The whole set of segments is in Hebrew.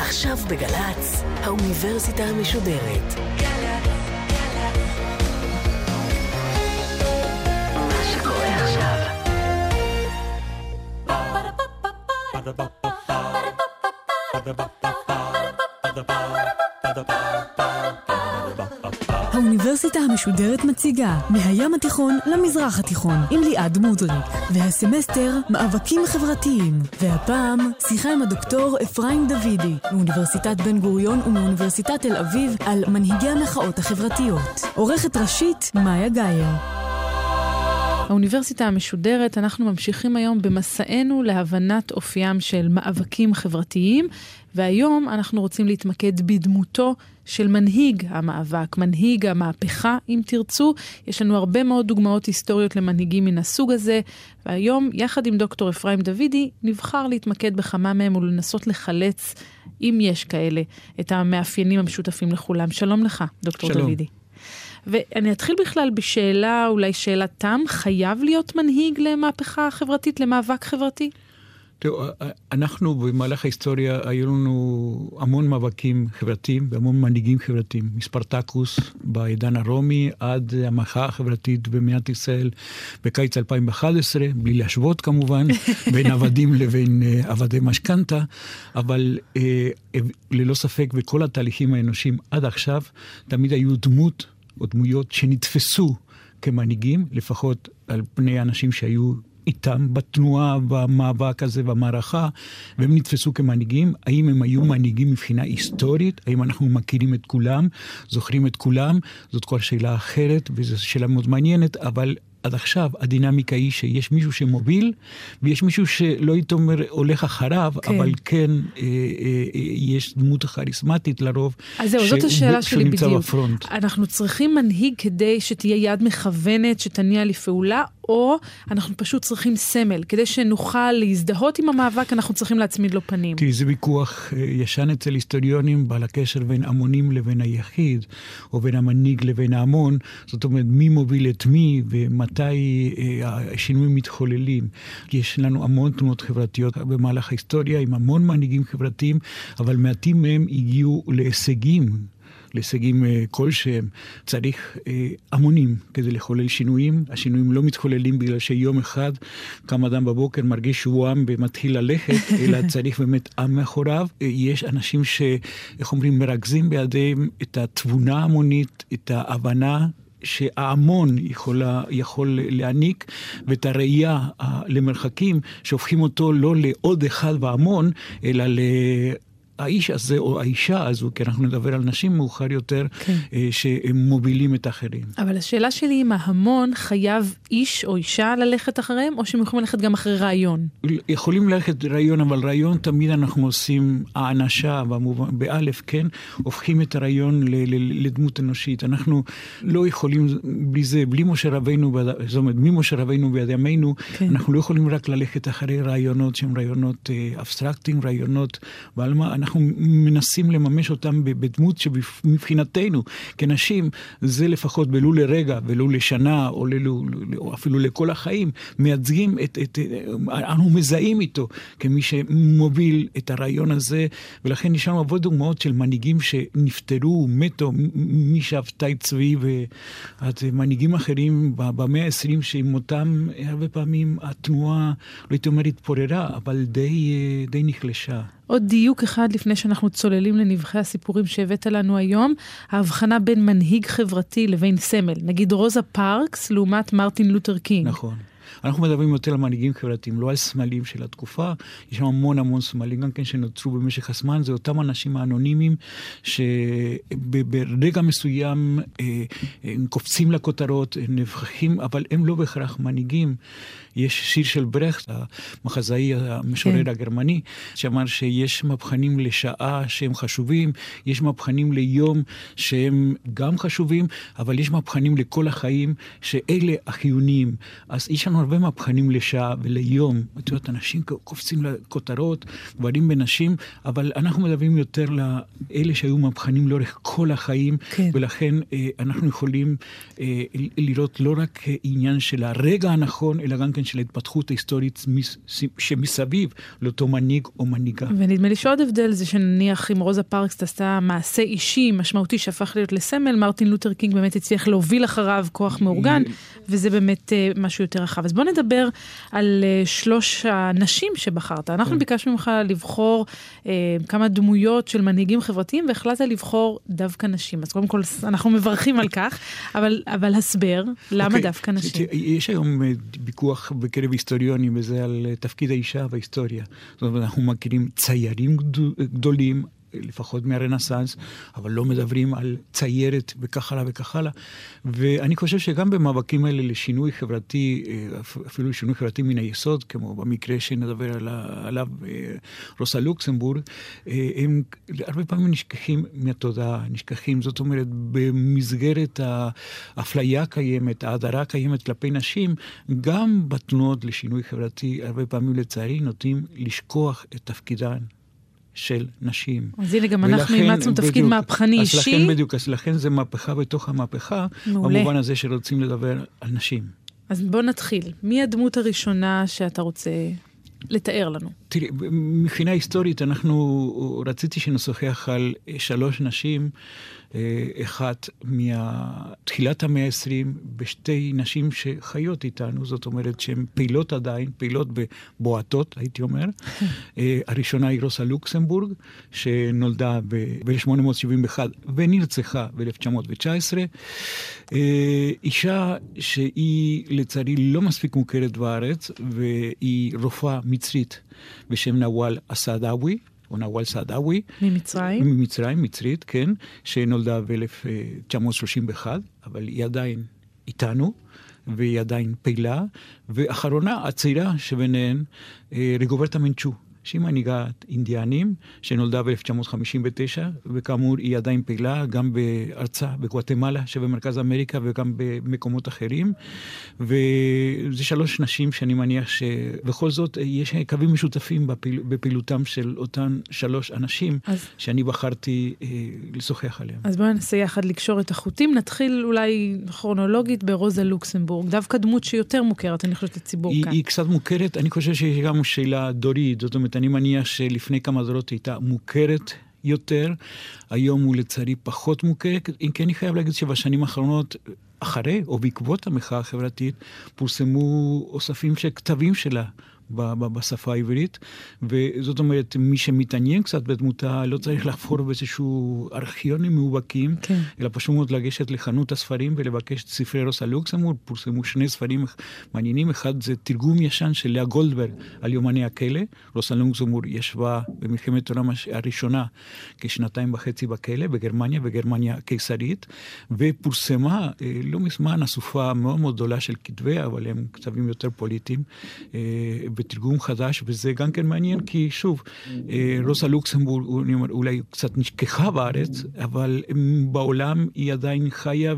עכשיו בגלץ, האוניברסיטה המשודרת. מה שקורה עכשיו. האוניברסיטה המשודרת מציגה מהים התיכון למזרח התיכון עם ליעד מודריק, והסמסטר מאבקים חברתיים, והפעם שיחה עם הדוקטור אפרים דוידי מאוניברסיטת בן גוריון ומאוניברסיטת תל אביב על מנהיגי המחאות החברתיות. עורכת ראשית מאיה גייר. האוניברסיטה המשודרת, אנחנו ממשיכים היום במסענו להבנת אופיים של מאבקים חברתיים, והיום אנחנו רוצים להתמקד בדמותו של מנהיג המאבק, מנהיג המהפכה, אם תרצו. יש לנו הרבה מאוד דוגמאות היסטוריות למנהיגים מן הסוג הזה, והיום, יחד עם דוקטור אפרים דוידי, נבחר להתמקד בכמה מהם ולנסות לחלץ, אם יש כאלה, את המאפיינים המשותפים לכולם. שלום לך, דוקטור דוידי. ואני אתחיל בכלל בשאלה, אולי שאלת תם, חייב להיות מנהיג למהפכה חברתית, למאבק חברתי? תראו, אנחנו במהלך ההיסטוריה היו לנו המון מאבקים חברתיים והמון מנהיגים חברתיים, מספרטקוס בעידן הרומי עד המחאה החברתית במדינת ישראל בקיץ 2011, בלי להשוות כמובן, בין עבדים לבין עבדי משכנתה, אבל ללא ספק בכל התהליכים האנושיים עד עכשיו תמיד היו דמויות שנתפסו כמנהיגים, לפחות על פני אנשים שהיו איתם בתנועה, במאבק הזה, במערכה, והם נתפסו כמנהיגים. האם הם היו מנהיגים מבחינה היסטורית? האם אנחנו מכירים את כולם? זוכרים את כולם? זאת כל שאלה אחרת, וזו שאלה מאוד מעניינת, אבל עד עכשיו הדינמיקה היא שיש מישהו שמוביל, ויש מישהו שלא הייתי אומר הולך אחריו, כן. אבל כן יש דמות כריזמטית לרוב, אז זהו, זאת השאלה שלי בדיוק. בפרונט. אנחנו צריכים מנהיג כדי שתהיה יד מכוונת, שתניע לפעולה, או אנחנו פשוט צריכים סמל, כדי שנוכל להזדהות עם המאבק, אנחנו צריכים להצמיד לו פנים. כי זה ויכוח ישן אצל היסטוריונים, בעל הקשר בין המונים לבין היחיד, או בין המנהיג לבין ההמון, זאת אומרת, מי מוביל את מי, ומתי השינויים מתחוללים. יש לנו המון תנועות חברתיות במהלך ההיסטוריה, עם המון מנהיגים חברתיים, אבל מעטים מהם הגיעו להישגים כלשהם. צריך המונים כדי לחולל שינויים. השינויים לא מתחוללים בגלל שיום אחד קם אדם בבוקר מרגיש שהוא עם ומתחיל ללכת, אלא צריך באמת עם מאחוריו. יש אנשים מרכזים בידיהם את התבונה המונית, את ההבנה שההמון יכול להעניק, ואת הראייה למרחקים שהופכים אותו לא לעוד אחד בהמון, אלא האיש הזה או האישה הזו, כי אנחנו נדבר על נשים מאוחר יותר, שהם מובילים את האחרים. אבל השאלה שלי אם ההמון חייב איש או אישה ללכת אחריהם, או שהם יכולים ללכת גם אחרי רעיון? יכולים ללכת רעיון, אבל רעיון תמיד אנחנו עושים האנשה, באלף, כן, הופכים את הרעיון לדמות אנושית. אנחנו לא יכולים בלי זה, בלי משה רבינו, זאת אומרת, ממשה רבינו ביד ימינו, אנחנו לא יכולים רק ללכת אחרי רעיונות שהם רעיונות אבסטרקטיים, רעיונות בעלמה, אנחנו מנסים לממש אותם בדמות שמבחינתנו, כנשים, זה לפחות בלו לרגע, ולו לשנה, או אפילו לכל החיים, מייצגים אנחנו מזהים איתו, כמי שמוביל את הרעיון הזה, ולכן יש לנו עבוד דוגמאות של מנהיגים שנפטרו, מתו, משבתאי צבי, ומנהיגים אחרים במאה ה-20, שעם אותם הרבה פעמים התנועה, לא הייתי אומר התפוררה, אבל די נחלשה. עוד דיוק אחד לפני שאנחנו צוללים לנבחי הסיפורים שהבאת לנו היום, ההבחנה בין מנהיג חברתי לבין סמל. נגיד רוזה פארקס לעומת מרטין לותר קינג. נכון. אנחנו מדברים יותר על מנהיגים חברתיים, לא על סמלים של התקופה. יש המון סמלים, גם כן שנוצרו במשך הזמן. זה אותם אנשים האנונימיים שברגע מסוים קופצים לכותרות, נבחרים, אבל הם לא בהכרח מנהיגים. יש שיר של ברכט, המחזאי המשורר הגרמני, שאמר שיש מבחנים לשעה שהם חשובים, יש מבחנים ליום שהם גם חשובים, אבל יש מבחנים לכל החיים שאלה החיוניים. אז יש לנו עברנו הרבה מהפכנים לשעה וליום. את יודעת, אנשים קופצים לכותרות, גברים בנשים, אבל אנחנו מדברים יותר לאלה שהיו מהפכנים לאורך כל החיים, כן. ולכן אנחנו יכולים לראות לא רק עניין של הרגע הנכון, אלא גם כן של ההתפתחות ההיסטורית שמסביב לאותו מנהיג או מנהיגה. ונדמה לי שעוד הבדל זה שנניח אם רוזה פארקס עשתה מעשה אישי משמעותי שהפך להיות לסמל, מרטין לותר קינג באמת הצליח להוביל אחריו כוח מאורגן, וזה באמת משהו יותר רחב. אז בוא נדבר על 3 הנשים שבחרת. אנחנו ביקשנו ממך לבחור כמה דמויות של מנהיגים חברתיים, והחלטת לבחור דווקא נשים. אז קודם כל אנחנו מברכים על כך, אבל הסבר, למה דווקא נשים? יש היום ויכוח בקרב היסטוריונים וזה על תפקיד האישה בהיסטוריה. זאת אומרת, אנחנו מכירים ציירים גדולים, לפחות מהרנסנס, אבל לא מדברים על ציירת וכך הלאה וכך הלאה. ואני חושב שגם במאבקים האלה לשינוי חברתי, אפילו שינוי חברתי מן היסוד, כמו במקרה שנדבר עליו רוסה לוקסמבורג, הם הרבה פעמים נשכחים מהתודעה, נשכחים, זאת אומרת, במסגרת האפליה הקיימת, ההדרה הקיימת כלפי נשים, גם בתנועות לשינוי חברתי, הרבה פעמים לצערי נוטים לשכוח את תפקידן. של נשים. אז הנה גם אנחנו אימצנו תפקיד מהפכני אישי. אז לכן בדיוק, אז לכן זה מהפכה בתוך המהפכה, במובן הזה שרוצים לדבר על נשים. אז בוא נתחיל. מי הדמות הראשונה שאתה רוצה לתאר לנו? תראי, מבחינה היסטורית רציתי שנשוחח על 3 נשים, אחת מתחילת המאה ה-20 בשתי נשים שחיות איתנו, זאת אומרת שהן פעילות עדיין, פעילות ובועטות, הייתי אומר. הראשונה היא רוסה לוקסמבורג, שנולדה ב-1871 ונרצחה ב-1919. אישה שהיא לצערי לא מספיק מוכרת בארץ, והיא רופאה מצרית בשם נוואל סעדאווי, או נוואל סעדאווי. ממצרים? ממצרים, מצרית, כן, שנולדה ב-1931, אבל היא עדיין איתנו, והיא עדיין פעילה, ואחרונה, הצעירה שביניהן, ריגוברטה מנצ'ו, שהיא מנהיגת אינדיאנים, שנולדה ב-1959, וכאמור היא עדיין פעילה, גם בארצה, בגואטמלה, שבמרכז אמריקה, וגם במקומות אחרים. וזה 3 נשים שאני מניח שבכל זאת יש קווים משותפים בפעילותם של אותן 3 אנשים, שאני בחרתי לשוחח עליהם. אז בואו ננסה יחד לקשור את החוטים. נתחיל אולי כרונולוגית ברוזה לוקסמבורג, דווקא דמות שיותר מוכרת, אני חושבת, לציבור כאן. היא קצת מוכרת, אני חושב שיש גם שאלה דורית, זאת אומרת, אני מניח שלפני כמה דורות הייתה מוכרת יותר, היום הוא לצערי פחות מוכרת, אם כן אני חייב להגיד שבשנים האחרונות, אחרי או בעקבות המחאה החברתית, פורסמו אוספים של כתבים שלה, בשפה העברית, וזאת אומרת, מי שמתעניין קצת בדמותה, לא צריך לחפור באיזשהו ארכיונים מאובקים, כן. אלא פשוט מאוד לגשת לחנות הספרים ולבקש את ספרי רוסה לוקסמבורג. פורסמו 2 ספרים מעניינים, אחד זה תרגום ישן של לאה גולדברג על יומני הכלא. רוסה לוקסמבורג ישבה במלחמת העולם הראשונה כ2.5 בכלא, בגרמניה הקיסרית, ופורסמה לא מזמן אסופה מאוד מאוד גדולה של כתבי, אבל הם כתבים יותר פוליטיים, בתרגום חדש, וזה גם כן מעניין, כי שוב, רוסה לוקסמבורג אולי קצת נשכחה בארץ, אבל בעולם היא עדיין חיה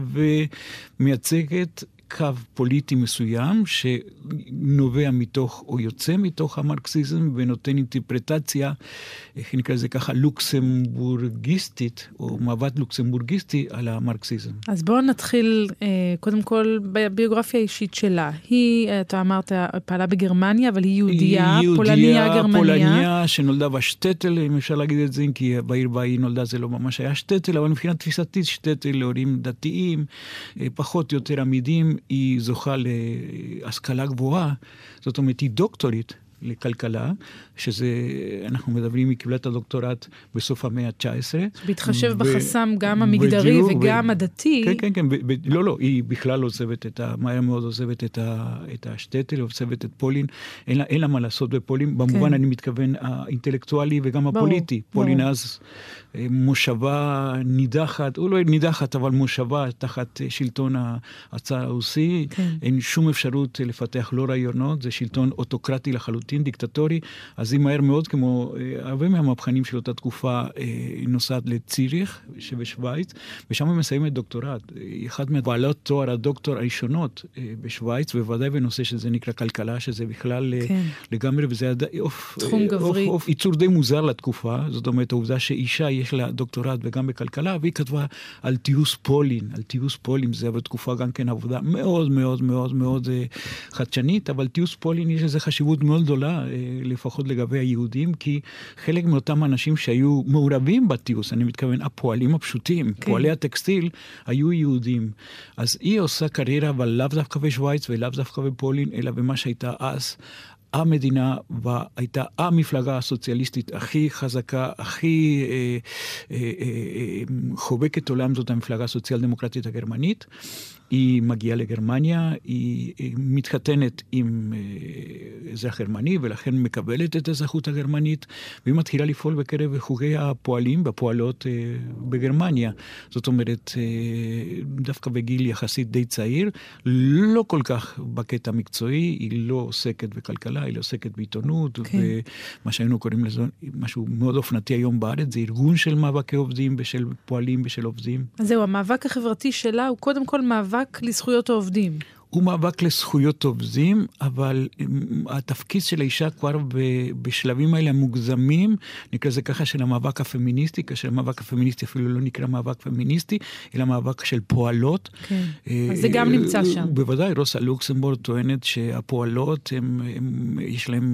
ומייצגת קו פוליטי מסוים שנובע מתוך או יוצא מתוך המרקסיזם ונותן אינטרפרטציה, איך נקרא לזה ככה, לוקסמבורגיסטית או מבט לוקסמבורגיסטי על המרקסיזם. אז בואו נתחיל קודם כל בביוגרפיה האישית שלה. היא, אתה אמרת, פעלה בגרמניה, אבל היא יהודיה, פולניה שנולדה בשטטל, אם אפשר להגיד את זה, כי בעיר בה היא נולדה זה לא ממש היה שטטל, אבל מבחינת תפיסתית שטטל להורים דתיים, פחות או יותר עמידים, היא זוכה להשכלה גבוהה, זאת אומרת, היא דוקטורית לכלכלה, שזה, אנחנו מדברים, היא קיבלה את הדוקטורט בסוף המאה ה-19. בהתחשב בחסם גם המגדרי וגם הדתי. כן, לא, היא בכלל עוזבת מהר מאוד עוזבת את השטטל, עוזבת את פולין, אין לה מה לעשות בפולין, במובן אני מתכוון האינטלקטואלי וגם הפוליטי. פולין אז מושבה נידחת, או לא נידחת, אבל מושבה תחת שלטון הצאר הרוסי. כן. אין שום אפשרות לפתח לא רעיונות, זה שלטון אוטוקרטי לחלוטין, דיקטטורי. אז היא מהר מאוד, כמו הרבה מהמהפכנים של אותה תקופה, נוסעת לציריך שבשוויץ, ושם היא מסיימת דוקטורט. אחד מהבעלות תואר הדוקטור הראשונות בשוויץ, בוודאי בנושא שזה נקרא כלכלה, שזה בכלל כן. לגמרי, וזה תחום גברי. ייצור די מוזר לתקופה, זאת אומרת, העובדה שאישה יש לה דוקטורט וגם בכלכלה, והיא כתבה על טיוס פולין, זה בתקופה גם כן עבודה מאוד מאוד מאוד מאוד חדשנית, אבל טיוס פולין יש איזו חשיבות מאוד גדולה, לפחות לגבי היהודים, כי חלק מאותם אנשים שהיו מעורבים בטיוס, אני מתכוון, הפועלים הפשוטים, כן. פועלי הטקסטיל, היו יהודים. אז היא עושה קריירה, אבל לאו דווקא בשוויץ ולאו דווקא בפולין, אלא במה שהייתה אז, המדינה והייתה המפלגה הסוציאליסטית הכי חזקה, הכי חובקת עולם, זאת המפלגה הסוציאל דמוקרטית הגרמנית. היא מגיעה לגרמניה, היא מתחתנת עם אזרח גרמני, ולכן מקבלת את האזרחות הגרמנית, והיא מתחילה לפעול בקרב חוגי הפועלים והפועלות בגרמניה. זאת אומרת, דווקא בגיל יחסית די צעיר, לא כל כך בקטע מקצועי, היא לא עוסקת בכלכלה, היא לא עוסקת בעיתונות, ומה שהיינו קוראים לזה, משהו מאוד אופנתי היום בארץ, זה ארגון של מאבקי עובדים, ושל פועלים ושל עובדים. אז זהו, המאבק החברתי שלה הוא קודם כל מאבק לזכויות העובדים. הוא מאבק לזכויות עובדים, אבל התפקיד של האישה כבר בשלבים האלה המוגזמים, נקרא זה ככה של המאבק הפמיניסטי, כאשר המאבק הפמיניסטי אפילו לא נקרא מאבק פמיניסטי, אלא מאבק של פועלות. כן, אז זה גם נמצא שם. בוודאי, רוסה לוקסמבורג טוענת שהפועלות, יש להם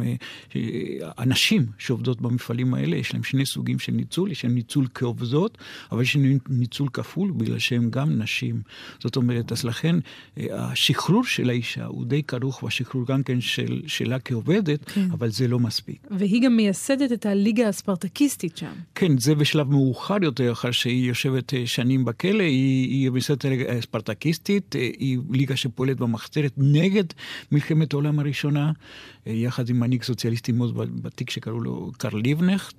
אנשים שעובדות במפעלים האלה, יש להם שני סוגים של ניצול, יש להם ניצול כעובדות, אבל יש להם ניצול כפול, בגלל שהם גם נשים. זאת אומרת, אז לכן, השחרור של האישה הוא די כרוך, והשחרור גם כן שלה כעובדת, כן. אבל זה לא מספיק. והיא גם מייסדת את הליגה הספרטקיסטית שם. כן, זה בשלב מאוחר יותר, אחר שהיא יושבת שנים בכלא, היא מייסדת הליגה הספרטקיסטית, היא ליגה שפועלת במחתרת נגד מלחמת העולם הראשונה, יחד עם מנהיג סוציאליסטי מאוד ותיק שקראו לו קרל ליבנכט,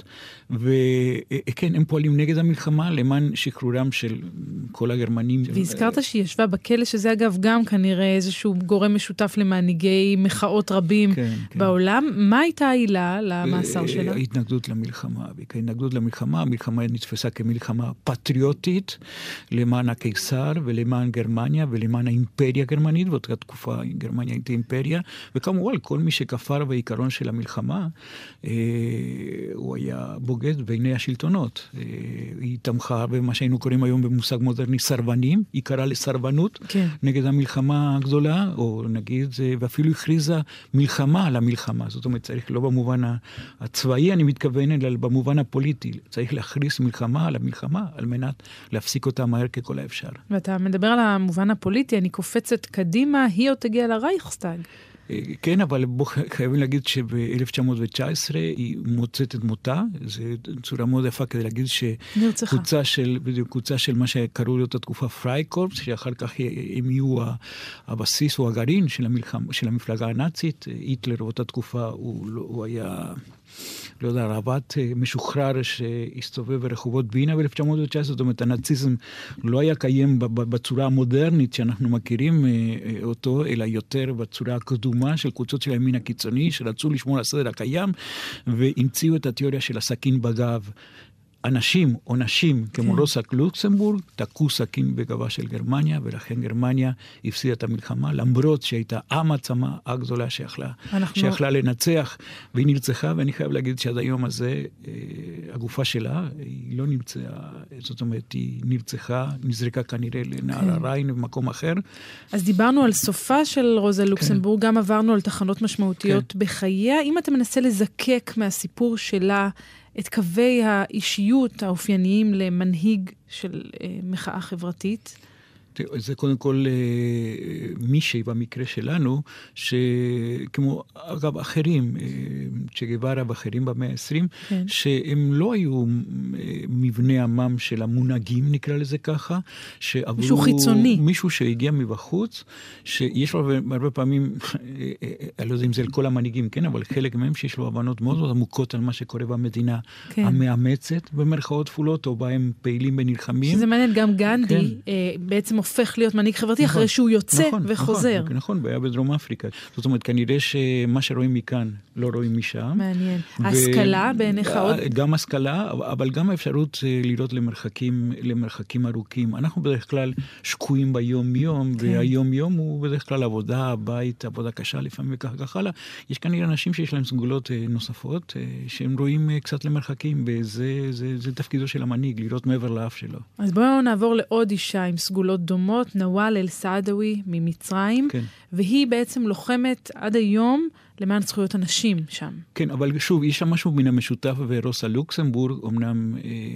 וכן, הם פועלים נגד המלחמה, למען שחרורם של כל הגרמנים. והזכרת שהיא ישבה בכלא, שזה אגב גם כנראה איזשהו גורם משותף למנהיגי מחאות רבים בעולם. מה הייתה העילה למאסר שלה? ההתנגדות למלחמה. ההתנגדות למלחמה, המלחמה נתפסה כמלחמה פטריוטית, למען הקיסר ולמען גרמניה ולמען האימפריה הגרמנית, באותה תקופה גרמניה הייתה אימפריה, וכמובן כל מי שכפר בעיקרון של המלחמה, הוא היה בוגד בעיני השלטונות. היא תמכה במה שהיינו קוראים היום במושג מודרני סרבנים, היא קראה לסרבנות נגד המלחמה הגדולה, או נגיד, ואפילו הכריזה מלחמה על המלחמה. זאת אומרת, צריך לא במובן הצבאי, אני מתכוון, אלא במובן הפוליטי. צריך להכריז מלחמה על המלחמה, על מנת להפסיק אותה מהר ככל האפשר. ואתה מדבר על המובן הפוליטי, אני קופצת קדימה, היא עוד תגיע לרייכסטאג. כן, אבל חייבים להגיד שב-1919 היא מוצאת את מותה, זו צורה מאוד יפה כדי להגיד שקבוצה של מה שקראו לאותה תקופה פרייקורפס, שאחר כך הם יהיו הבסיס או הגרעין של המפלגה הנאצית. היטלר באותה תקופה הוא היה, לא יודע, רב"ט משוחרר שהסתובב ברחובות וינה ב-1919, זאת אומרת, הנאציזם לא היה קיים בצורה המודרנית שאנחנו מכירים אותו, אלא יותר בצורה הקדומה של קבוצות של הימין הקיצוני, שרצו לשמור על הסדר הקיים, והמציאו את התיאוריה של הסכין בגב. אנשים או נשים כמו רוסה לוקסמבורג תקעו סכין בגבה של גרמניה, ולכן גרמניה הפסידה את המלחמה, למרות שהייתה המעצמה הגדולה שיכלה לנצח, והיא נרצחה, ואני חייב להגיד שעד היום הזה, הגופה שלה, היא לא נמצאה, זאת אומרת, היא נרצחה, נזרקה כנראה לנהר הריין במקום אחר. אז דיברנו על סופה של רוזה לוקסמבורג, גם עברנו על תחנות משמעותיות בחייה. אם אתה מנסה לזקק מהסיפור שלה, את קווי האישיות האופייניים למנהיג של מחאה חברתית? זה קודם כל מישהי במקרה שלנו, שכמו אגב אחרים, צ'ה גווארה ואחרים במאה ה-20, כן. שהם לא היו מבני עמם של המונהגים, נקרא לזה ככה, שעברו... מישהו חיצוני. מישהו שהגיע מבחוץ, שיש לו הרבה פעמים, אני לא יודע אם זה כל המנהיגים, כן, אבל חלק מהם שיש לו הבנות מאוד מאוד עמוקות על מה שקורה במדינה כן. המאמצת, במרכאות תפולות, או בהם פעילים ונלחמים. שזה מעניין, גם גנדי כן. בעצם הופך להיות מנהיג חברתי נכון, אחרי שהוא יוצא נכון, וחוזר. נכון, היה בדרום אפריקה. זאת אומרת, כנראה שמה שרואים מכאן לא רואים משם. מעניין. ההשכלה בעיניך עוד? גם השכלה, אבל גם האפשרות לראות למרחקים ארוכים. אנחנו בדרך כלל שקועים ביום-יום, כן. והיום-יום הוא בדרך כלל עבודה, בית, עבודה קשה, לפעמים וכך הלאה. יש כנראה אנשים שיש להם סגולות נוספות, שהם רואים קצת למרחקים, וזה תפקידו של המנהיג, לראות מעבר לאף שלו. אז בואו נעבור לעוד אישה עם סגולות דומות, נוואל אל-סעדאווי ממצרים, כן. והיא בעצם לוחמת עד היום למען זכויות הנשים שם. כן, אבל שוב, יש שם משהו מן המשותף, ורוסה לוקסמבורג, אמנם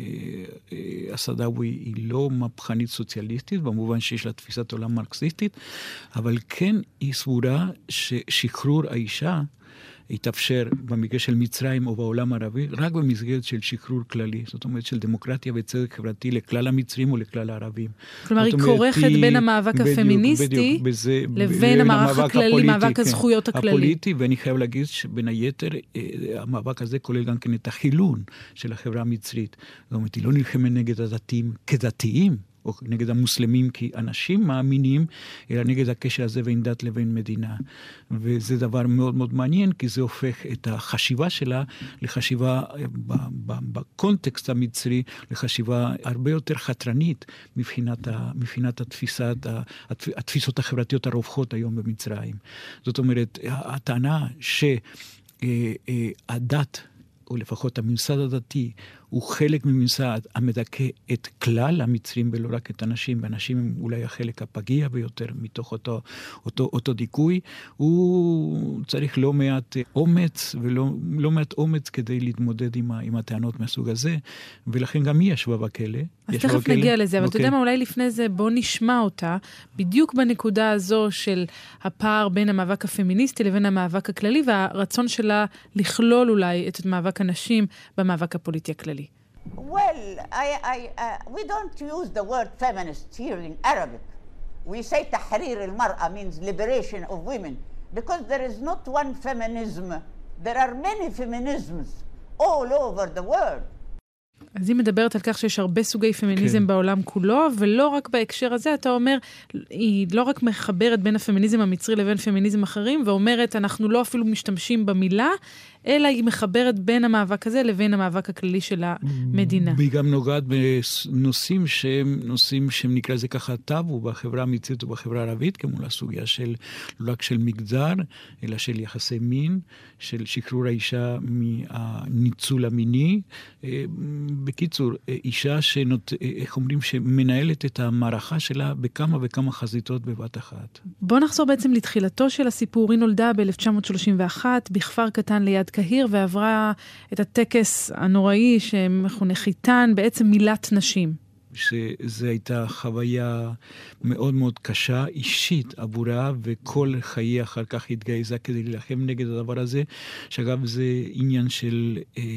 הסעדאווי היא לא מהפכנית סוציאליסטית, במובן שיש לה תפיסת עולם מרקסיסטית, אבל כן היא סבורה ששחרור האישה יתאפשר במקרה של מצרים או בעולם הערבי, רק במסגרת של שחרור כללי, זאת אומרת של דמוקרטיה וצדק חברתי לכלל המצרים ולכלל הערבים. כלומר, היא כורכת בין המאבק הפמיניסטי לבין המערך הכללי, מאבק הזכויות הכללי. הפוליטי, ואני חייב להגיד שבין היתר, המאבק הזה כולל גם כן את החילון של החברה המצרית. זאת אומרת, היא לא נלחמת נגד הדתיים כדתיים, או נגד המוסלמים כאנשים מאמינים, אלא נגד הקשר הזה בין דת לבין מדינה. וזה דבר מאוד מאוד מעניין, כי זה הופך את החשיבה שלה לחשיבה בקונטקסט המצרי, לחשיבה הרבה יותר חתרנית מבחינת התפיסות החברתיות הרווחות היום במצרים. זאת אומרת, הטענה שהדת, או לפחות הממסד הדתי, הוא חלק מממסד המדכא את כלל המצרים ולא רק את הנשים, והנשים הם אולי החלק הפגיע ביותר מתוך אותו דיכוי, הוא צריך לא מעט אומץ ולא מעט אומץ כדי להתמודד עם הטענות מהסוג הזה, ולכן גם היא ישבה בכלא. אז תכף נגיע לזה, אבל אתה יודע מה, אולי לפני זה בוא נשמע אותה, בדיוק בנקודה הזו של הפער בין המאבק הפמיניסטי לבין המאבק הכללי, והרצון שלה לכלול אולי את מאבק הנשים במאבק הפוליטי הכללי. Well, we don't use the word feminist here in Arabic. We say تحرير المرأة means liberation of women, because there is not one feminism. There are many feminisms all over the world. אז היא מדברת על כך שיש הרבה סוגי פמיניזם בעולם כולו, ולא רק בהקשר הזה, אתה אומר, היא לא רק מחברת בין הפמיניזם המצרי לבין פמיניזם אחרים, ואומרת, אנחנו לא אפילו משתמשים במילה, אלא היא מחברת בין המאבק הזה לבין המאבק הכללי של המדינה. והיא גם נוגעת בנושאים שהם נקרא זה ככה טאבו בחברה המצרית ובחברה הערבית, כמו לסוגיה של, לא רק של מגדר, אלא של יחסי מין, של שחרור האישה מהניצול המיני. בקיצור, אישה איך אומרים, שמנהלת את המערכה שלה בכמה וכמה חזיתות בבת אחת. בוא נחזור בעצם לתחילתו של הסיפור. היא נולדה ב-1931 בכפר קטן ליד קהיר, ועברה את הטקס הנוראי שמכונה חיתן, בעצם מילת נשים. שזו הייתה חוויה מאוד מאוד קשה, אישית עבורה, וכל חיי אחר כך התגייזה כדי להילחם נגד הדבר הזה, שאגב זה עניין של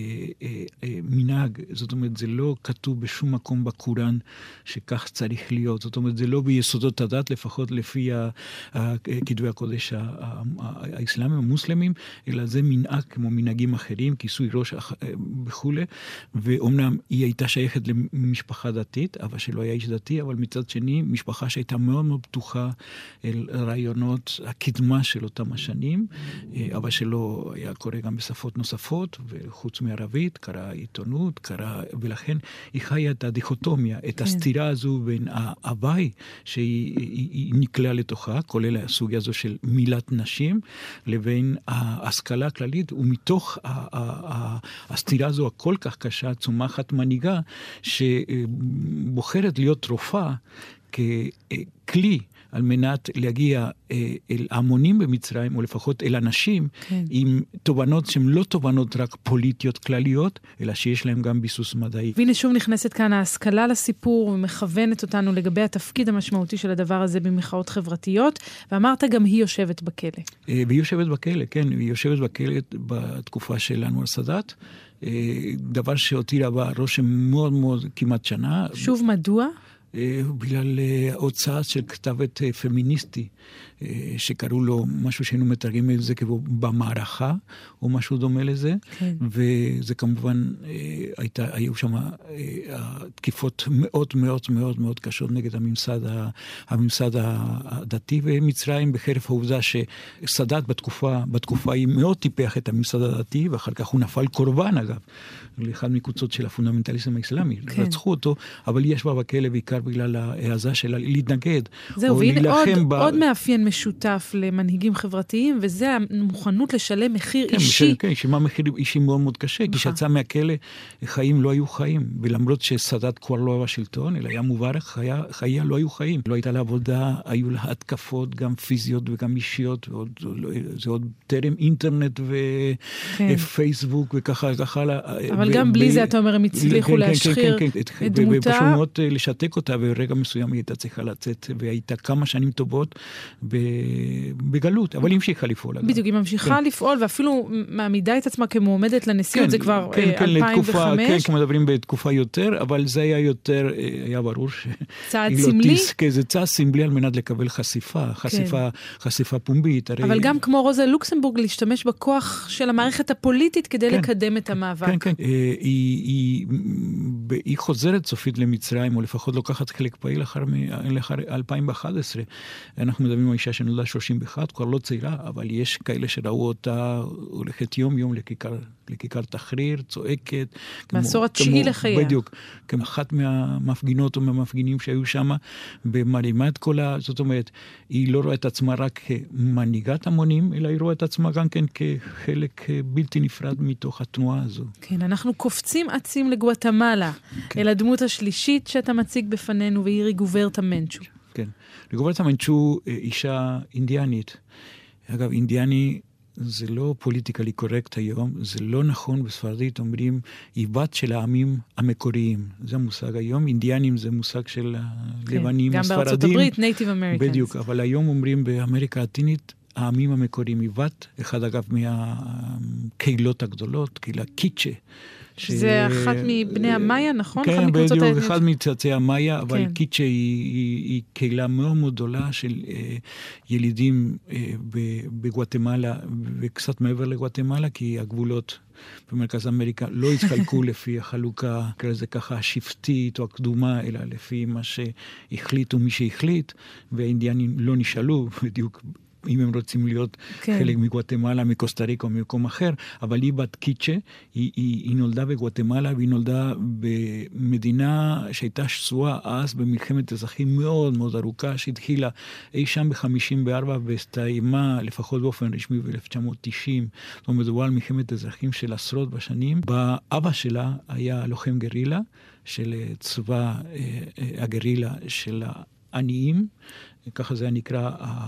מנהג, זאת אומרת זה לא כתוב בשום מקום בקוראן שכך צריך להיות, זאת אומרת זה לא ביסודות הדת, לפחות לפי כתבי הקודש האסלאמים המוסלמים, אלא זה מנהג כמו מנהגים אחרים, כיסוי ראש וכו', ואומנם היא הייתה שייכת למשפחה דתית, אבא שלו היה איש דתי, אבל מצד שני, משפחה שהייתה מאוד מאוד פתוחה אל רעיונות הקדמה של אותם השנים. אבא שלו היה קורא גם בשפות נוספות, וחוץ מערבית, קרא עיתונות, ולכן היא חיה את הדיכוטומיה, את הסתירה הזו בין ההוואי שהיא נקלעה לתוכה, כולל הסוגיה הזו של מילת נשים, לבין ההשכלה הכללית, ומתוך הסתירה הזו הכל כך קשה, צומחת מנהיגה, בוחרת להיות רופאה, ככלי על מנת להגיע אל המונים במצרים, או לפחות אל אנשים, כן. עם תובנות שהן לא תובנות רק פוליטיות כלליות, אלא שיש להם גם ביסוס מדעי. והנה שוב נכנסת כאן ההשכלה לסיפור, ומכוונת אותנו לגבי התפקיד המשמעותי של הדבר הזה במחאות חברתיות, ואמרת גם היא יושבת בכלא. והיא יושבת בכלא, כן, היא יושבת בכלא בתקופה של אנואר סאדאת, דבר שהותיר בה רושם מאוד מאוד כמעט שנה. שוב מדוע? בגלל הוצאה של כתבת פמיניסטי, שקראו לו משהו שהיינו מתרגמים את זה כמו במערכה, או משהו דומה לזה, כן. וזה כמובן, היו שם תקיפות מאוד מאוד מאוד מאוד קשות נגד הממסד הדתי במצרים, בחרף העובדה שסאדאת בתקופה היא מאוד טיפח את הממסד הדתי, ואחר כך הוא נפל קורבן אגב, לאחד מקבוצות של הפונדמנטליזם האסלאמי, כן. רצחו אותו, אבל היא ישבה בכלא בעיקר בגלל העזה שלה להתנגד. זהו, והנה עוד מאפיין משותף למנהיגים חברתיים, וזה המוכנות לשלם מחיר אישי. כן, שמה מחיר אישי מאוד מאוד קשה, כי שיצא מהכלא, חיים לא היו חיים, ולמרות שסאדאת כבר לא היה שלטון, אלא היה מובארק, חייה לא היו חיים. לא הייתה לעבודה, היו לה התקפות, גם פיזיות וגם אישיות, זה עוד טרם אינטרנט ופייסבוק וככה. אבל גם בלי זה, אתה אומר, הם הצליחו להשחיר את דמותה. ופשוט מאוד לשתק אותה, וברגע מסוים היא הייתה צריכה לצאת, והייתה כמה שנים טובות בגלות, אבל היא המשיכה לפעול. בדיוק, היא ממשיכה לפעול, ואפילו מעמידה את עצמה כמועמדת לנשיאות, זה כבר 2005. כן, כמדברים בתקופה יותר, אבל זה היה יותר, היה ברור צעד סמלי? זה צעד סמלי על מנת לקבל חשיפה פומבית. אבל גם כמו רוזה לוקסמבורג, להשתמש בכוח של המערכת הפוליטית כדי לקדם את המאבק. כן, היא חוזרת סופית למצרים, או לפחות לוקחת חלק פעיל לאחר 2011. אנחנו מדברים על אישה שנולדה 31, כבר לא צעירה, אבל יש כאלה שראו אותה הולכת יום לכיכר תחריר, צועקת. בעשור התשיעי לחייה. בדיוק, כאחת מהמפגינות או מהמפגינים שהיו שם, במרימה את כל זאת אומרת, היא לא רואה את עצמה רק כמנהיגת המונים, אלא היא רואה את עצמה גם כן כחלק בלתי נפרד מתוך התנועה הזו. כן, אנחנו קופצים עצים לגואטמלה, אל הדמות השלישית שאתה מציג בפנינו, והיא ריגוברטה מנצ'ו. כן, ריגוברטה מנצ'ו אישה אינדיאנית. אגב, אינדיאני זה לא פוליטיקלי קורקט היום, זה לא נכון בספרדית, אומרים, היא בת של העמים המקוריים. זה המושג היום, אינדיאנים זה מושג של לבנים הספרדים. גם בארצות הברית, נייטיב אמריקנס. בדיוק, אבל היום אומרים באמריקה הלטינית, העמים המקוריים היא בת, אחד אגב מהקהילות הגדולות, קהילה קיצ'ה. זה אחת מבני המאיה, נכון? כן, בדיוק, אחד מצאצאי המאיה, אבל קיצ'ה היא קהילה מאוד מאוד גדולה של ילידים בגואטמלה, וקצת מעבר לגואטמלה, כי הגבולות במרכז אמריקה לא התחלקו לפי החלוקה, כזה ככה שבטית או הקדומה, אלא לפי מה שהחליט ומי שהחליט, והאינדיאנים לא נשאלו בדיוק, אם הם רוצים להיות חלק מגואטמלה, מקוסטה ריקה או ממקום אחר, אבל היא בת קיצ'ה, היא נולדה בגואטמלה, והיא נולדה במדינה שהייתה שסועה אז במלחמת אזרחים מאוד מאוד ארוכה, שהתחילה אי שם ב-54 והסתיימה לפחות באופן רשמי ב-1990, זאת אומרת, מדובר על מלחמת אזרחים של עשרות בשנים. באבא שלה היה לוחם גרילה, של צבא הגרילה של העניים, ככה זה נקרא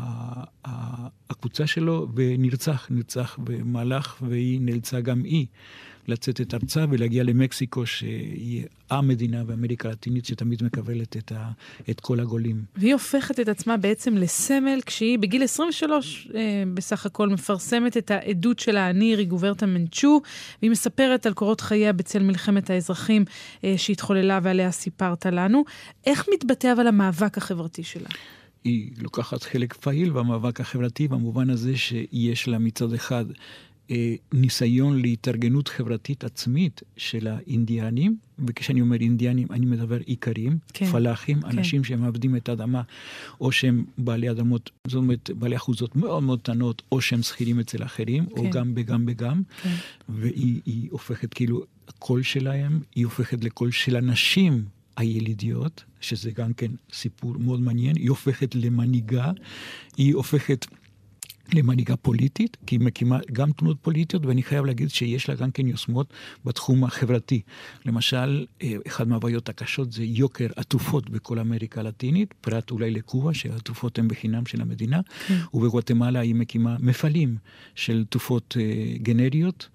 הקבוצה שלו, ונרצח במהלך, והיא נאלצה גם היא לצאת את ארצה ולהגיע למקסיקו, שהיא המדינה באמריקה הלטינית שתמיד מקבלת את כל הגולים. והיא הופכת את עצמה בעצם לסמל, כשהיא בגיל 23 בסך הכל מפרסמת את העדות של העני ריגוברטה מנצ'ו, והיא מספרת על קורות חייה בצל מלחמת האזרחים שהתחוללה ועליה סיפרת לנו. איך מתבטא אבל המאבק החברתי שלה? היא לוקחת חלק פעיל במאבק החברתי, במובן הזה שיש לה מצד אחד ניסיון להתארגנות חברתית עצמית של האינדיאנים, וכשאני אומר אינדיאנים, אני מדבר עיקרים, פלאחים, אנשים שהם מעבדים את האדמה, או שהם בעלי אדמות, זאת אומרת, בעלי אחוזות מאוד מאוד קטנות, או שהם שכירים אצל אחרים, או גם בגם, והיא הופכת כאילו הקול שלהם, היא הופכת לקול של אנשים הילידיות, שזה גם כן סיפור מאוד מעניין, היא הופכת למנהיגה, היא הופכת למנהיגה פוליטית, כי היא מקימה גם תנועות פוליטיות, ואני חייב להגיד שיש לה גם כן יוזמות בתחום החברתי. למשל, אחד מהבעיות הקשות זה יוקר עטופות בכל אמריקה הלטינית, פרט אולי לקובה, שהעטופות הן בחינם של המדינה, ובגואטמלה היא מקימה מפעלים של תרופות גנריות,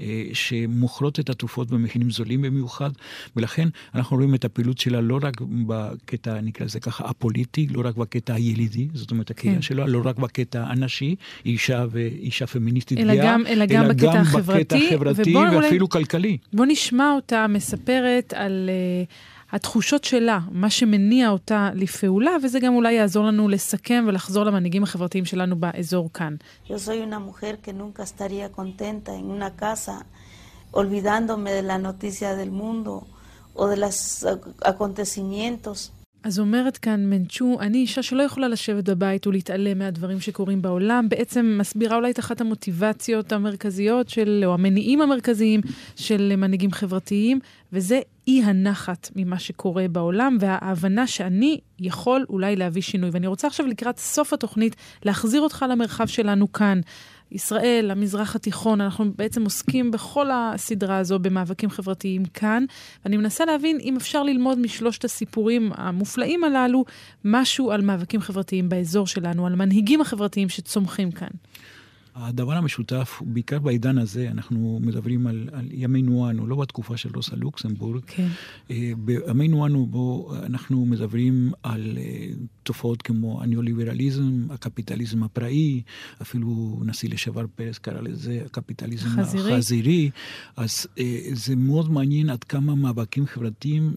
שמוכרות את התרופות במחירים זולים במיוחד, ולכן אנחנו רואים את הפעילות שלה לא רק בקטע, נקרא לזה ככה, הפוליטי, לא רק בקטע הילידי, זאת אומרת הקהילה שלה, לא רק בקטע הנשי, אישה פמיניסטית גאה, אלא גם בקטע החברתי, ואפילו כלכלי. בוא נשמע אותה מספרת על התחושות שלה, מה שמניע אותה לפעולה, וזה גם אולי יעזור לנו לסכם ולחזור למנהיגים החברתיים שלנו באזור כאן. Yo soy una mujer que nunca estaría contenta en una casa, olvidándome de la noticia del mundo o de los acontecimientos. אז אומרת כאן מנצ'ו, אני אישה שלא יכולה לשבת בבית ולהתעלם מהדברים שקורים בעולם, בעצם מסבירה אולי את אחת המוטיבציות המרכזיות או המניעים המרכזיים של מנהיגים חברתיים, וזה אי הנחת ממה שקורה בעולם, וההבנה שאני יכול אולי להביא שינוי. ואני רוצה עכשיו לקראת סוף התוכנית להחזיר אותך למרחב שלנו כאן, ישראל, המזרח התיכון, אנחנו בעצם עוסקים בכל הסדרה הזו במאבקים חברתיים כאן, ואני מנסה להבין אם אפשר ללמוד משלושת הסיפורים המופלאים הללו, משהו על מאבקים חברתיים באזור שלנו, על מנהיגים החברתיים שצומחים כאן. הדבר המשותף, בעיקר בעידן הזה, אנחנו מדברים על ימינו אנו, לא בתקופה של רוסה לוקסמבורג. כן. בימינו אנו בו אנחנו מדברים על תופעות כמו הניאו-ליברליזם, הקפיטליזם הפראי, אפילו נשיא לשעבר פרס קרא לזה הקפיטליזם החזירי. אז זה מאוד מעניין עד כמה מאבקים חברתיים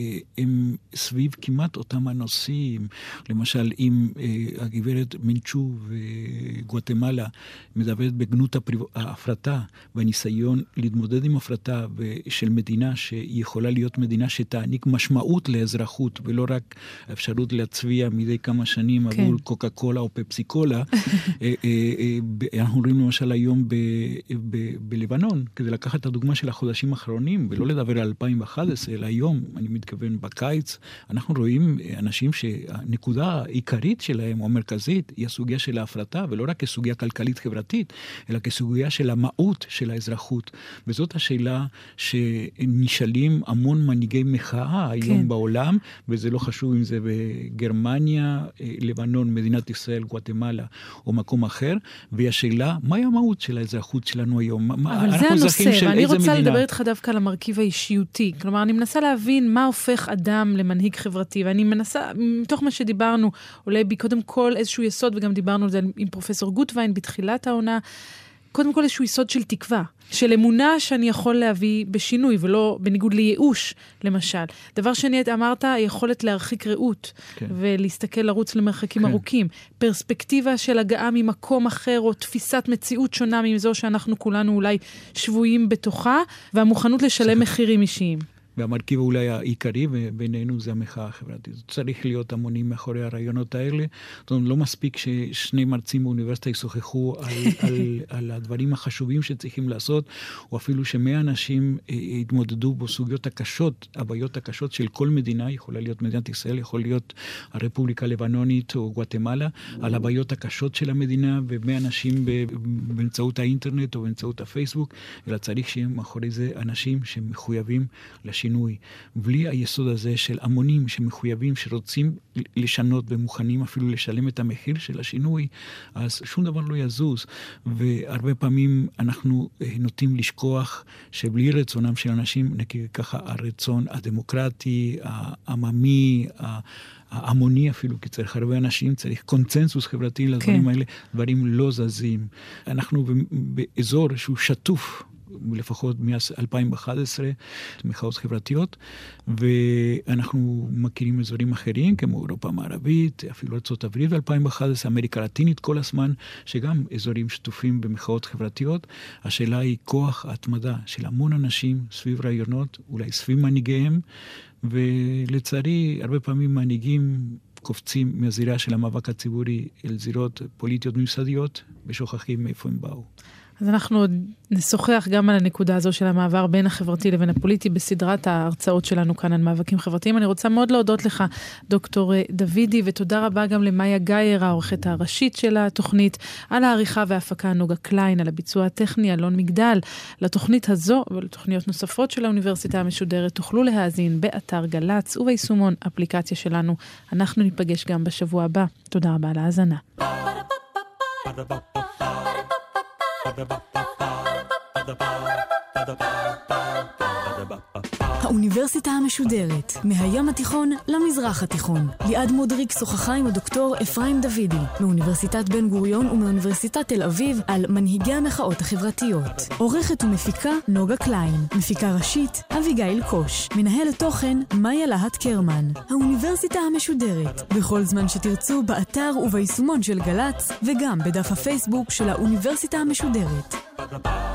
הם סביב כמעט אותם הנושאים. למשל, אם הגברת מנצ'ו וגואטמלה מדברת בגנות ההפרטה והניסיון להתמודד עם הפרטה של מדינה שיכולה להיות מדינה שתעניק משמעות לאזרחות ולא רק אפשרות להצביע מדי כמה שנים עבור קוקה קולה או פפסי קולה. אנחנו רואים למשל היום בלבנון, כדי לקחת את הדוגמה של החודשים האחרונים ולא לדבר על 2011, אלא היום, אני מתכוון בקיץ, אנחנו רואים אנשים שהנקודה העיקרית שלהם או המרכזית היא הסוגיה של ההפרטה, ולא רק כסוגיה כלכלית חברתית, אלא כסוגיה של המהות של האזרחות. וזאת השאלה שנשאלים המון מנהיגי מחאה היום בעולם, וזה לא חשוב אם זה בגרמניה, לבנון, מדינת ישראל, גואטמלה או מקום אחר, והשאלה, מהי המהות של האזרחות שלנו היום? אבל זה הנושא, ואני רוצה לדבר איתך דווקא על המרכיב האישיותי. כלומר, אני מנסה להבין מה הופך אדם למנהיג חברתי, ואני מנסה, מתוך מה שדיברנו, אולי קודם כל איזשהו יסוד, וגם דיברנו על זה עם פרופסור גוטווין בתחילת העונה, קודם כל איזשהו יסוד של תקווה, של אמונה שאני יכול להביא בשינוי, ולא בניגוד לייאוש, למשל. דבר שני, אמרת, היכולת להרחיק ראות, ולהסתכל לרוץ למרחקים ארוכים. פרספקטיבה של הגעה ממקום אחר, או תפיסת מציאות שונה מזו שאנחנו כולנו אולי שבויים בתוכה, והמוכנות לשלם מחירים אישיים. והמרכיב אולי העיקרי, ובינינו זה המחאה החברתית. צריך להיות המונים מאחורי הרעיונות האלה. זאת אומרת, לא מספיק ששני מרצים באוניברסיטה ישוחחו על הדברים החשובים שצריכים לעשות, או אפילו ש100 אנשים יתמודדו בסוגיות הקשות, הבעיות הקשות של כל מדינה, יכולה להיות מדינת ישראל, יכול להיות הרפובליקה הלבנונית או גואטמלה, על הבעיות הקשות של המדינה, ו100 אנשים באמצעות האינטרנט או באמצעות הפייסבוק, אלא צריך שיהיה מאחורי זה אנשים שמחויבים לשינוי. בלי היסוד הזה של המונים שמחויבים, שרוצים לשנות ומוכנים אפילו לשלם את המחיר של השינוי, אז שום דבר לא יזוז. והרבה פעמים אנחנו נוטים לשכוח שבלי רצונם של אנשים, נגיד ככה, הרצון הדמוקרטי, העממי, ההמוני אפילו, כי צריך הרבה אנשים, צריך קונצנזוס חברתי לדברים האלה, דברים לא זזים. אנחנו באזור שהוא שטוף, לפחות מאז 2011, מחאות חברתיות, ואנחנו מכירים אזורים אחרים, כמו אירופה המערבית, אפילו ארצות הברית ב-2011, אמריקה הלטינית כל הזמן, שגם אזורים שטופים במחאות חברתיות. השאלה היא כוח ההתמדה של המון אנשים סביב רעיונות, אולי סביב מנהיגיהם, ולצערי, הרבה פעמים מנהיגים קופצים מהזירה של המאבק הציבורי אל זירות פוליטיות ממסדיות, ושוכחים מאיפה הם באו. אז אנחנו עוד נשוחח גם על הנקודה הזו של המעבר בין החברתי לבין הפוליטי בסדרת ההרצאות שלנו כאן על מאבקים חברתיים. אני רוצה מאוד להודות לך, דוקטור דוידי, ותודה רבה גם למאיה גייר, העורכת הראשית של התוכנית, על העריכה וההפקה נוגה קליין, על הביצוע הטכני אלון מגדל. לתוכנית הזו ולתוכניות נוספות של האוניברסיטה המשודרת תוכלו להאזין באתר גלץ וביישומון אפליקציה שלנו. אנחנו ניפגש גם בשבוע הבא. תודה רבה על ההאזנה. האוניברסיטה המשודרת, מהים התיכון למזרח התיכון. ליעד מודריק שוחחה עם הדוקטור אפרים דוידי, מאוניברסיטת בן גוריון ומאוניברסיטת תל אביב, על מנהיגי המחאות החברתיות. עורכת ומפיקה נוגה קליין, מפיקה ראשית אביגיל קוש, מנהלת תוכן מאיה להט קרמן. האוניברסיטה המשודרת, בכל זמן שתרצו, באתר וביישומון של גלץ, וגם בדף הפייסבוק של האוניברסיטה המשודרת.